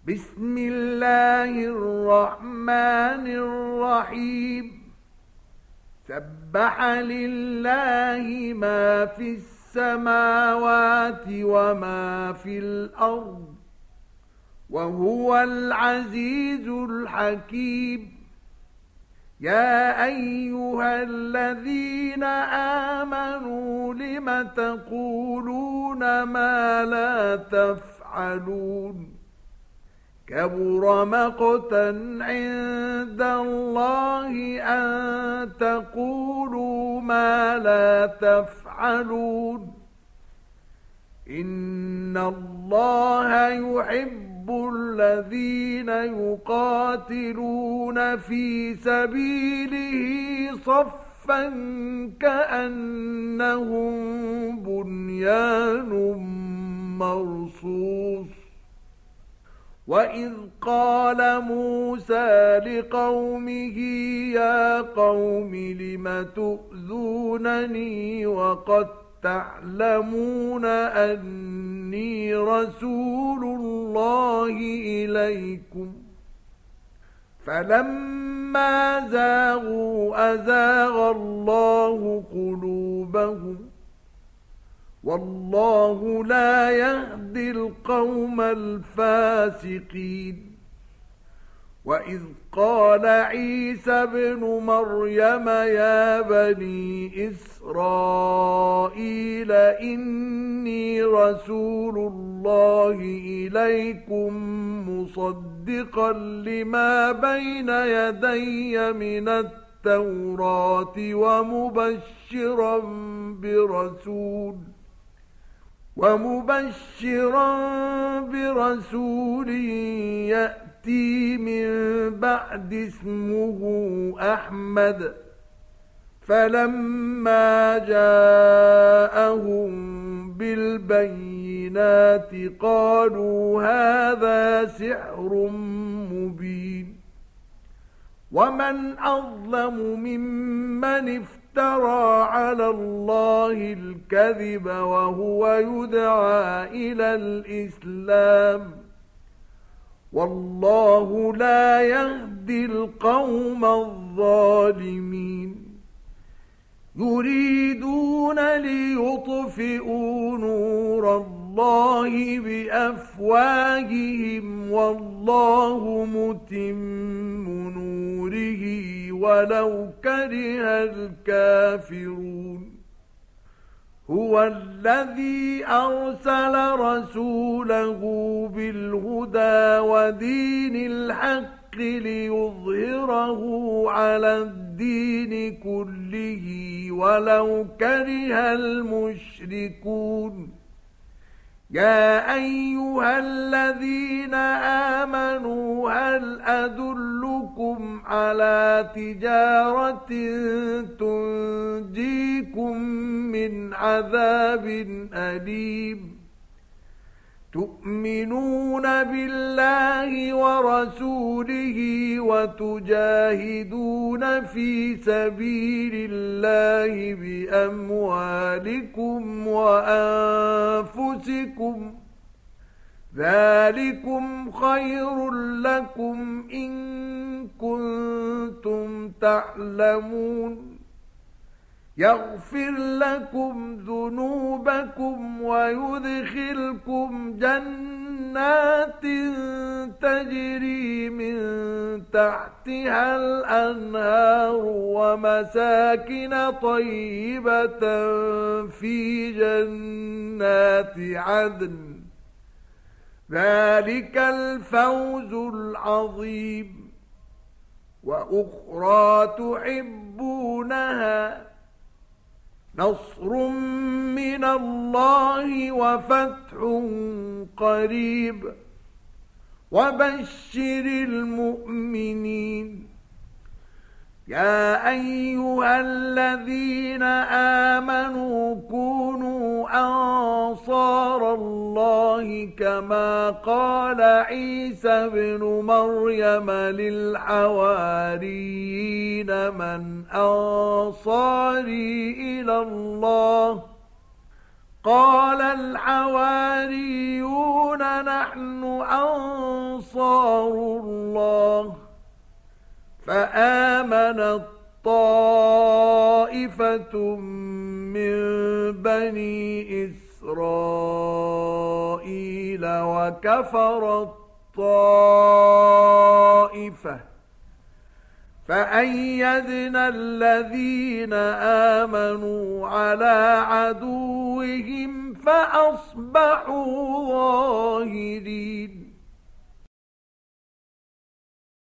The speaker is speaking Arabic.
بسم الله الرحمن الرحيم سبح لله ما في السماوات وما في الأرض وهو العزيز الحكيم. يا أيها الذين آمنوا لم تقولون ما لا تفعلون؟ كبر مقتا عند الله أن تقولوا ما لا تفعلون. إن الله يحب الذين يقاتلون في سبيله صفا كأنهم بنيان مرصوص. وإذ قال موسى لقومه يا قوم لم تؤذونني وقد تعلمون أني رسول الله إليكم؟ فلما زاغوا أزاغ الله قلوبهم والله لا يهدي القوم الفاسقين. وإذ قال عيسى ابن مريم يا بني إسرائيل إني رسول الله إليكم مصدقا لما بين يدي من التوراة ومبشرا برسول يأتي من بعد اسمه أحمد. فلما جاءهم بالبينات قالوا هذا سحر مبين. ومن أظلم ممن افترى على الله الكذب وهو يدعى إلى الإسلام والله لا يهدي القوم الظالمين. يريدون ليطفئوا نور الله بأفواههم والله متم نوره ولو كره الكافرون. هو الذي أرسل رسوله بالهدى ودين الحق ليظهره على الدين كله ولو كره المشركون. يا أيها الذين آمنوا هل أدلكم على تجارة تنجيكم من عذاب أليم؟ تؤمنون بالله ورسوله وتجاهدون في سبيل الله بأموالكم وأنفسكم ذلكم خير لكم إن كنتم تعلمون. يغفر لكم ذنوبكم ويدخلكم جنات تجري من تحتها الأنهار ومساكن طيبة في جنات عدن. ذلك الفوز العظيم. وأخرى تحبونها نصر من الله وفتح قريب وبشر المؤمنين. يا أيها الذين آمنوا كونوا أنصار الله كما قال عيسى بن مريم للحواريين من أنصاري إلى الله؟ قال الحواريون نحن أنصار الله فآمنت طائفة من بني إسرائيل وكفرت طائفة فأيدنا الذين آمنوا على عدوهم فأصبحوا ظاهرين